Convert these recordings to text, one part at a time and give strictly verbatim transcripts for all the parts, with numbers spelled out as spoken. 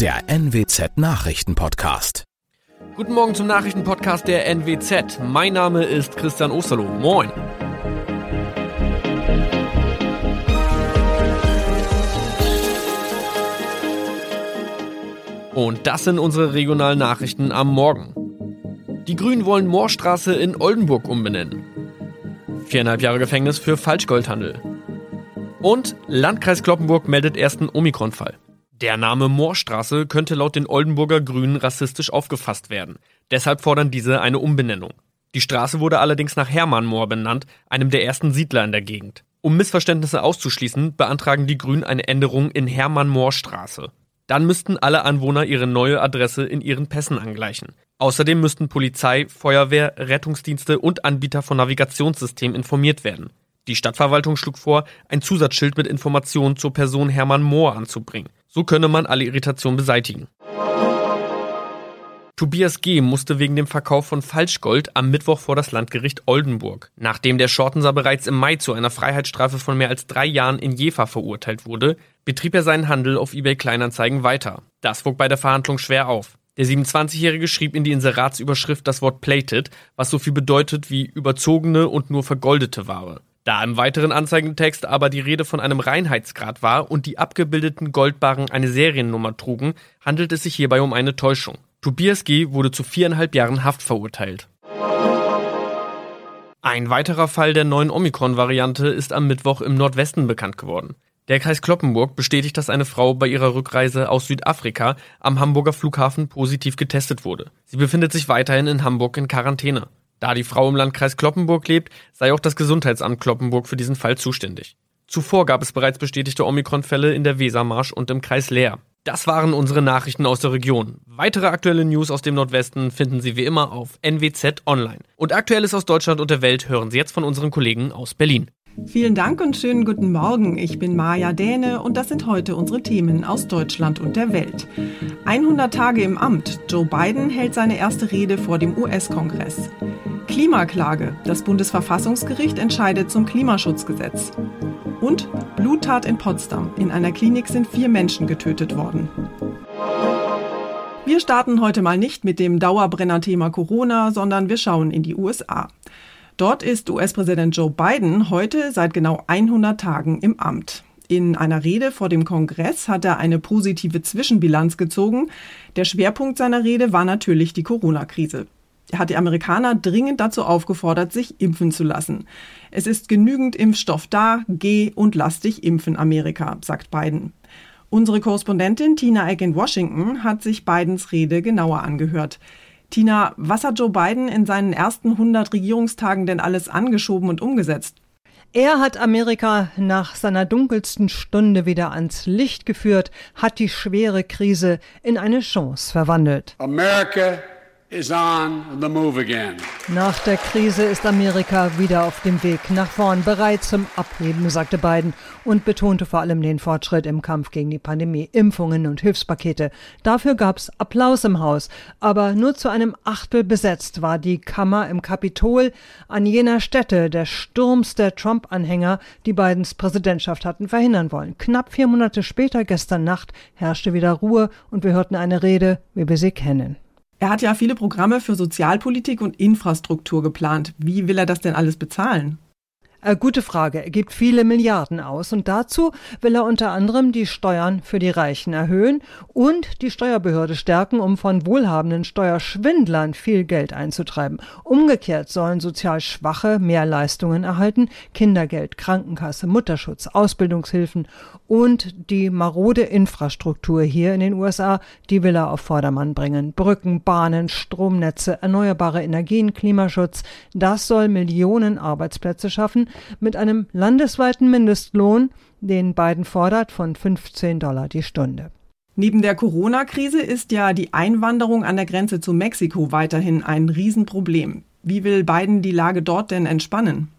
der N W Z-Nachrichten-Podcast. Guten Morgen zum Nachrichtenpodcast der N W Z. Mein Name ist Christian Osterloh. Moin. Und das sind unsere regionalen Nachrichten am Morgen. Die Grünen wollen Moorstraße in Oldenburg umbenennen. Viereinhalb Jahre Gefängnis für Falschgoldhandel. Und Landkreis Cloppenburg meldet ersten Omikron-Fall. Der Name Moorstraße könnte laut den Oldenburger Grünen rassistisch aufgefasst werden. Deshalb fordern diese eine Umbenennung. Die Straße wurde allerdings nach Hermann Mohr benannt, einem der ersten Siedler in der Gegend. Um Missverständnisse auszuschließen, beantragen die Grünen eine Änderung in Hermann-Mohr-Straße. Dann müssten alle Anwohner ihre neue Adresse in ihren Pässen angleichen. Außerdem müssten Polizei, Feuerwehr, Rettungsdienste und Anbieter von Navigationssystemen informiert werden. Die Stadtverwaltung schlug vor, ein Zusatzschild mit Informationen zur Person Hermann Mohr anzubringen. So könne man alle Irritationen beseitigen. Tobias G. musste wegen dem Verkauf von Falschgold am Mittwoch vor das Landgericht Oldenburg. Nachdem der Schortenser bereits im Mai zu einer Freiheitsstrafe von mehr als drei Jahren in Jever verurteilt wurde, betrieb er seinen Handel auf eBay Kleinanzeigen weiter. Das wog bei der Verhandlung schwer auf. Der siebenundzwanzigjährige schrieb in die Inseratsüberschrift das Wort plated, was so viel bedeutet wie überzogene und nur vergoldete Ware. Da im weiteren Anzeigentext aber die Rede von einem Reinheitsgrad war und die abgebildeten Goldbarren eine Seriennummer trugen, handelt es sich hierbei um eine Täuschung. Tobias G. wurde zu viereinhalb Jahren Haft verurteilt. Ein weiterer Fall der neuen Omikron-Variante ist am Mittwoch im Nordwesten bekannt geworden. Der Kreis Cloppenburg bestätigt, dass eine Frau bei ihrer Rückreise aus Südafrika am Hamburger Flughafen positiv getestet wurde. Sie befindet sich weiterhin in Hamburg in Quarantäne. Da die Frau im Landkreis Cloppenburg lebt, sei auch das Gesundheitsamt Cloppenburg für diesen Fall zuständig. Zuvor gab es bereits bestätigte Omikron-Fälle in der Wesermarsch und im Kreis Leer. Das waren unsere Nachrichten aus der Region. Weitere aktuelle News aus dem Nordwesten finden Sie wie immer auf N W Z Online. Und Aktuelles aus Deutschland und der Welt hören Sie jetzt von unseren Kollegen aus Berlin. Vielen Dank und schönen guten Morgen. Ich bin Maja Däne und das sind heute unsere Themen aus Deutschland und der Welt. hundert Tage im Amt. Joe Biden hält seine erste Rede vor dem U S-Kongress. Klimaklage. Das Bundesverfassungsgericht entscheidet zum Klimaschutzgesetz. Und Bluttat in Potsdam. In einer Klinik sind vier Menschen getötet worden. Wir starten heute mal nicht mit dem Dauerbrenner-Thema Corona, sondern wir schauen in die U S A. Dort ist U S-Präsident Joe Biden heute seit genau hundert Tagen im Amt. In einer Rede vor dem Kongress hat er eine positive Zwischenbilanz gezogen. Der Schwerpunkt seiner Rede war natürlich die Corona-Krise. Er hat die Amerikaner dringend dazu aufgefordert, sich impfen zu lassen. Es ist genügend Impfstoff da, geh und lass dich impfen, Amerika, sagt Biden. Unsere Korrespondentin Tina Eck in Washington hat sich Bidens Rede genauer angehört. Tina, was hat Joe Biden in seinen ersten hundert Regierungstagen denn alles angeschoben und umgesetzt? Er hat Amerika nach seiner dunkelsten Stunde wieder ans Licht geführt, hat die schwere Krise in eine Chance verwandelt. America is on the move again. Nach der Krise ist Amerika wieder auf dem Weg nach vorn, bereit zum Abheben, sagte Biden und betonte vor allem den Fortschritt im Kampf gegen die Pandemie, Impfungen und Hilfspakete. Dafür gab's Applaus im Haus, aber nur zu einem Achtel besetzt war die Kammer im Kapitol an jener Stätte des Sturms der Trump-Anhänger, die Bidens Präsidentschaft hatten verhindern wollen. Knapp vier Monate später, gestern Nacht, herrschte wieder Ruhe und wir hörten eine Rede, wie wir sie kennen. Er hat ja viele Programme für Sozialpolitik und Infrastruktur geplant. Wie will er das denn alles bezahlen? Äh, gute Frage. Er gibt viele Milliarden aus und dazu will er unter anderem die Steuern für die Reichen erhöhen und die Steuerbehörde stärken, um von wohlhabenden Steuerschwindlern viel Geld einzutreiben. Umgekehrt sollen sozial Schwache mehr Leistungen erhalten, Kindergeld, Krankenkasse, Mutterschutz, Ausbildungshilfen und die marode Infrastruktur hier in den U S A, die will er auf Vordermann bringen. Brücken, Bahnen, Stromnetze, erneuerbare Energien, Klimaschutz, das soll Millionen Arbeitsplätze schaffen, mit einem landesweiten Mindestlohn, den Biden fordert, von fünfzehn Dollar die Stunde. Neben der Corona-Krise ist ja die Einwanderung an der Grenze zu Mexiko weiterhin ein Riesenproblem. Wie will Biden die Lage dort denn entspannen?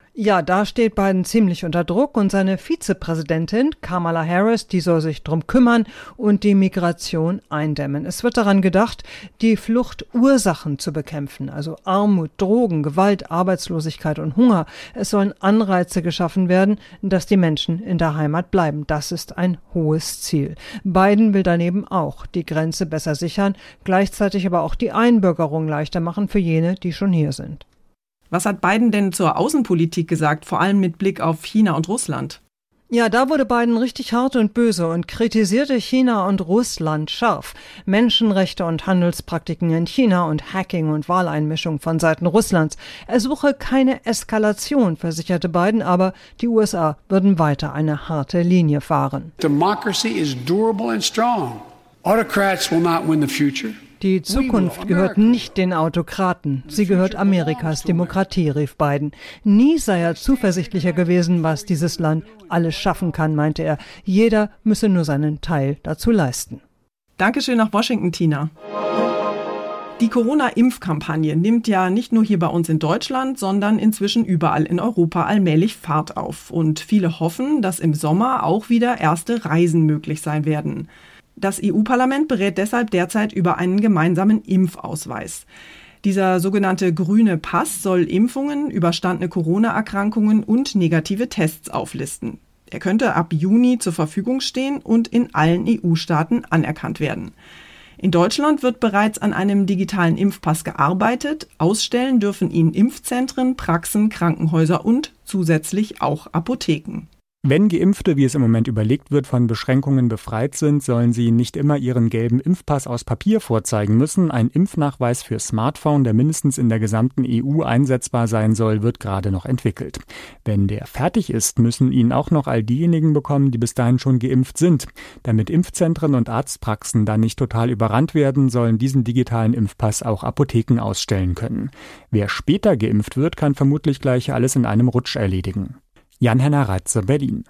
Ja, da steht Biden ziemlich unter Druck und seine Vizepräsidentin Kamala Harris, die soll sich drum kümmern und die Migration eindämmen. Es wird daran gedacht, die Fluchtursachen zu bekämpfen, also Armut, Drogen, Gewalt, Arbeitslosigkeit und Hunger. Es sollen Anreize geschaffen werden, dass die Menschen in der Heimat bleiben. Das ist ein hohes Ziel. Biden will daneben auch die Grenze besser sichern, gleichzeitig aber auch die Einbürgerung leichter machen für jene, die schon hier sind. Was hat Biden denn zur Außenpolitik gesagt, vor allem mit Blick auf China und Russland? Ja, da wurde Biden richtig hart und böse und kritisierte China und Russland scharf. Menschenrechte und Handelspraktiken in China und Hacking und Wahleinmischung von Seiten Russlands. Er suche keine Eskalation, versicherte Biden, aber die U S A würden weiter eine harte Linie fahren. Democracy is durable and strong. Autocrats will not win the future. Die Zukunft gehört nicht den Autokraten, sie gehört Amerikas Demokratie, rief Biden. Nie sei er zuversichtlicher gewesen, was dieses Land alles schaffen kann, meinte er. Jeder müsse nur seinen Teil dazu leisten. Dankeschön nach Washington, Tina. Die Corona-Impfkampagne nimmt ja nicht nur hier bei uns in Deutschland, sondern inzwischen überall in Europa allmählich Fahrt auf. Und viele hoffen, dass im Sommer auch wieder erste Reisen möglich sein werden. Das E U-Parlament berät deshalb derzeit über einen gemeinsamen Impfausweis. Dieser sogenannte grüne Pass soll Impfungen, überstandene Corona-Erkrankungen und negative Tests auflisten. Er könnte ab Juni zur Verfügung stehen und in allen E U-Staaten anerkannt werden. In Deutschland wird bereits an einem digitalen Impfpass gearbeitet. Ausstellen dürfen ihn Impfzentren, Praxen, Krankenhäuser und zusätzlich auch Apotheken. Wenn Geimpfte, wie es im Moment überlegt wird, von Beschränkungen befreit sind, sollen sie nicht immer ihren gelben Impfpass aus Papier vorzeigen müssen. Ein Impfnachweis für Smartphone, der mindestens in der gesamten E U einsetzbar sein soll, wird gerade noch entwickelt. Wenn der fertig ist, müssen ihn auch noch all diejenigen bekommen, die bis dahin schon geimpft sind. Damit Impfzentren und Arztpraxen dann nicht total überrannt werden, sollen diesen digitalen Impfpass auch Apotheken ausstellen können. Wer später geimpft wird, kann vermutlich gleich alles in einem Rutsch erledigen. Jan-Henner Reitze, Berlin.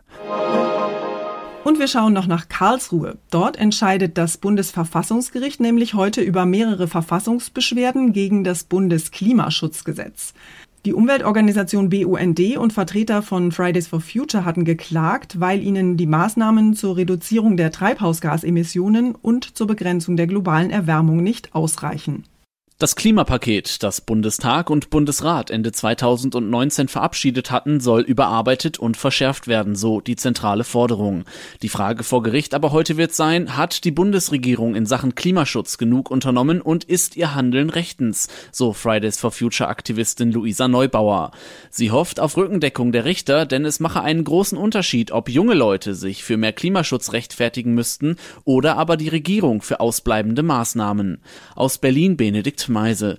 Und wir schauen noch nach Karlsruhe. Dort entscheidet das Bundesverfassungsgericht nämlich heute über mehrere Verfassungsbeschwerden gegen das Bundesklimaschutzgesetz. Die Umweltorganisation B U N D und Vertreter von Fridays for Future hatten geklagt, weil ihnen die Maßnahmen zur Reduzierung der Treibhausgasemissionen und zur Begrenzung der globalen Erwärmung nicht ausreichen. Das Klimapaket, das Bundestag und Bundesrat Ende zweitausendneunzehn verabschiedet hatten, soll überarbeitet und verschärft werden, so die zentrale Forderung. Die Frage vor Gericht aber heute wird sein, hat die Bundesregierung in Sachen Klimaschutz genug unternommen und ist ihr Handeln rechtens, so Fridays for Future Aktivistin Luisa Neubauer. Sie hofft auf Rückendeckung der Richter, denn es mache einen großen Unterschied, ob junge Leute sich für mehr Klimaschutz rechtfertigen müssten oder aber die Regierung für ausbleibende Maßnahmen. Aus Berlin Benedikt Meise.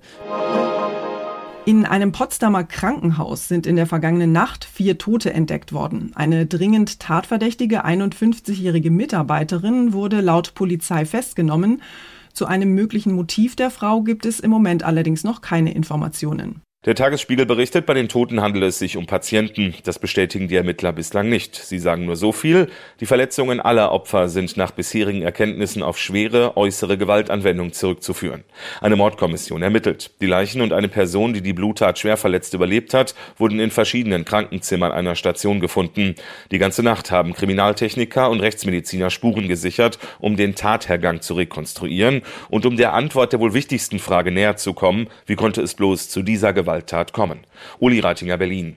In einem Potsdamer Krankenhaus sind in der vergangenen Nacht vier Tote entdeckt worden. Eine dringend tatverdächtige einundfünfzigjährige Mitarbeiterin wurde laut Polizei festgenommen. Zu einem möglichen Motiv der Frau gibt es im Moment allerdings noch keine Informationen. Der Tagesspiegel berichtet, bei den Toten handele es sich um Patienten. Das bestätigen die Ermittler bislang nicht. Sie sagen nur so viel: Die Verletzungen aller Opfer sind nach bisherigen Erkenntnissen auf schwere äußere Gewaltanwendung zurückzuführen. Eine Mordkommission ermittelt. Die Leichen und eine Person, die die Bluttat schwer verletzt überlebt hat, wurden in verschiedenen Krankenzimmern einer Station gefunden. Die ganze Nacht haben Kriminaltechniker und Rechtsmediziner Spuren gesichert, um den Tathergang zu rekonstruieren und um der Antwort der wohl wichtigsten Frage näher zu kommen: Wie konnte es bloß zu dieser Gewalt Gewalttat kommen? Uli Reitinger, Berlin.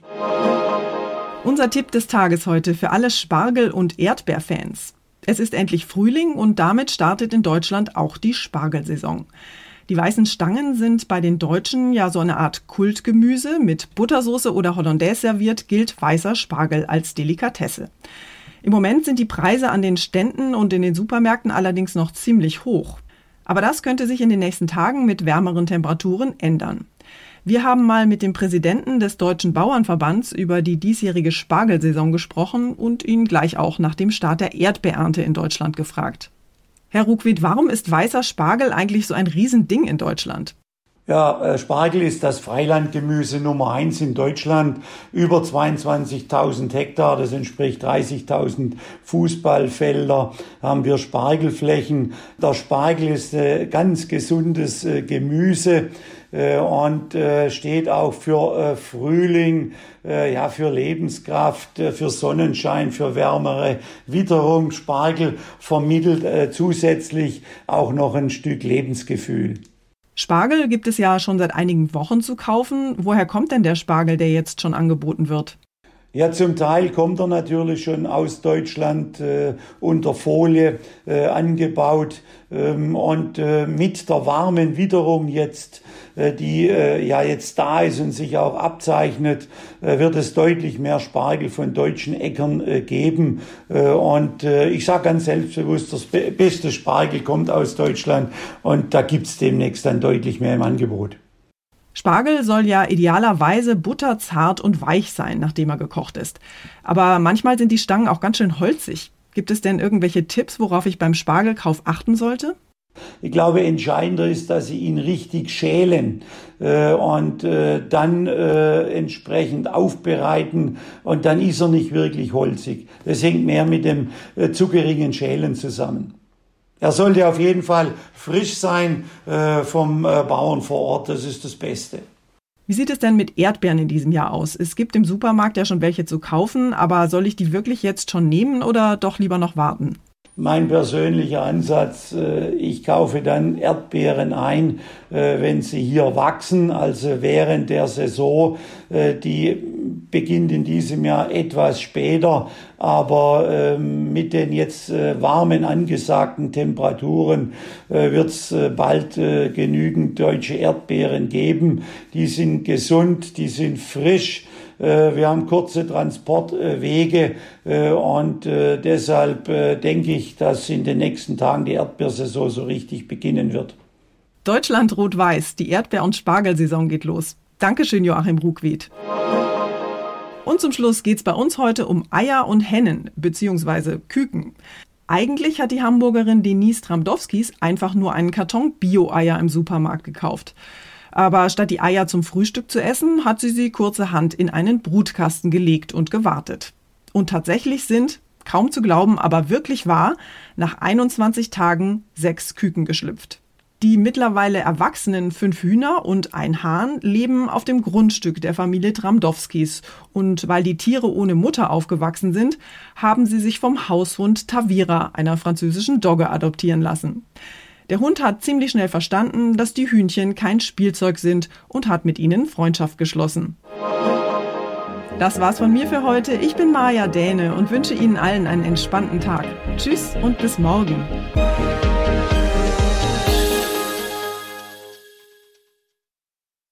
Unser Tipp des Tages heute für alle Spargel- und Erdbeerfans. Es ist endlich Frühling und damit startet in Deutschland auch die Spargelsaison. Die weißen Stangen sind bei den Deutschen ja so eine Art Kultgemüse. Mit Buttersoße oder Hollandaise serviert gilt weißer Spargel als Delikatesse. Im Moment sind die Preise an den Ständen und in den Supermärkten allerdings noch ziemlich hoch. Aber das könnte sich in den nächsten Tagen mit wärmeren Temperaturen ändern. Wir haben mal mit dem Präsidenten des Deutschen Bauernverbands über die diesjährige Spargelsaison gesprochen und ihn gleich auch nach dem Start der Erdbeerernte in Deutschland gefragt. Herr Ruckwied, warum ist weißer Spargel eigentlich so ein Riesending in Deutschland? Ja, Spargel ist das Freilandgemüse Nummer eins in Deutschland. Über zweiundzwanzigtausend Hektar, das entspricht dreißigtausend Fußballfelder, haben wir Spargelflächen. Der Spargel ist äh, ganz gesundes äh, Gemüse äh, und äh, steht auch für äh, Frühling, äh, ja, für Lebenskraft, äh, für Sonnenschein, für wärmere Witterung. Spargel vermittelt äh, zusätzlich auch noch ein Stück Lebensgefühl. Spargel gibt es ja schon seit einigen Wochen zu kaufen. Woher kommt denn der Spargel, der jetzt schon angeboten wird? Ja, zum Teil kommt er natürlich schon aus Deutschland äh, unter Folie äh, angebaut ähm, und äh, mit der warmen Witterung jetzt, äh, die äh, ja jetzt da ist und sich auch abzeichnet, äh, wird es deutlich mehr Spargel von deutschen Äckern äh, geben. Äh, und äh, ich sage ganz selbstbewusst, das be- beste Spargel kommt aus Deutschland und da gibt's demnächst dann deutlich mehr im Angebot. Spargel soll ja idealerweise butterzart und weich sein, nachdem er gekocht ist. Aber manchmal sind die Stangen auch ganz schön holzig. Gibt es denn irgendwelche Tipps, worauf ich beim Spargelkauf achten sollte? Ich glaube, entscheidender ist, dass Sie ihn richtig schälen äh, und äh, dann äh, entsprechend aufbereiten und dann ist er nicht wirklich holzig. Das hängt mehr mit dem äh, zu geringen Schälen zusammen. Er sollte auf jeden Fall frisch sein äh, vom äh, Bauern vor Ort, das ist das Beste. Wie sieht es denn mit Erdbeeren in diesem Jahr aus? Es gibt im Supermarkt ja schon welche zu kaufen, aber soll ich die wirklich jetzt schon nehmen oder doch lieber noch warten? Mein persönlicher Ansatz, äh, ich kaufe dann Erdbeeren ein, äh, wenn sie hier wachsen, also während der Saison. Äh, die beginnt in diesem Jahr etwas später, aber äh, mit den jetzt äh, warmen angesagten Temperaturen äh, wird es äh, bald äh, genügend deutsche Erdbeeren geben. Die sind gesund, die sind frisch. Wir haben kurze Transportwege und deshalb denke ich, dass in den nächsten Tagen die Erdbeersaison so richtig beginnen wird. Deutschland rot-weiß, die Erdbeer- und Spargelsaison geht los. Dankeschön, Joachim Ruckwied. Und zum Schluss geht's bei uns heute um Eier und Hennen bzw. Küken. Eigentlich hat die Hamburgerin Denise Tramdowskis einfach nur einen Karton Bio-Eier im Supermarkt gekauft. Aber statt die Eier zum Frühstück zu essen, hat sie sie kurzerhand in einen Brutkasten gelegt und gewartet. Und tatsächlich sind, kaum zu glauben, aber wirklich wahr, nach einundzwanzig Tagen sechs Küken geschlüpft. Die mittlerweile erwachsenen fünf Hühner und ein Hahn leben auf dem Grundstück der Familie Tramdowskis. Und weil die Tiere ohne Mutter aufgewachsen sind, haben sie sich vom Haushund Tavira, einer französischen Dogge, adoptieren lassen. Der Hund hat ziemlich schnell verstanden, dass die Hühnchen kein Spielzeug sind und hat mit ihnen Freundschaft geschlossen. Das war's von mir für heute. Ich bin Maja Däne und wünsche Ihnen allen einen entspannten Tag. Tschüss und bis morgen.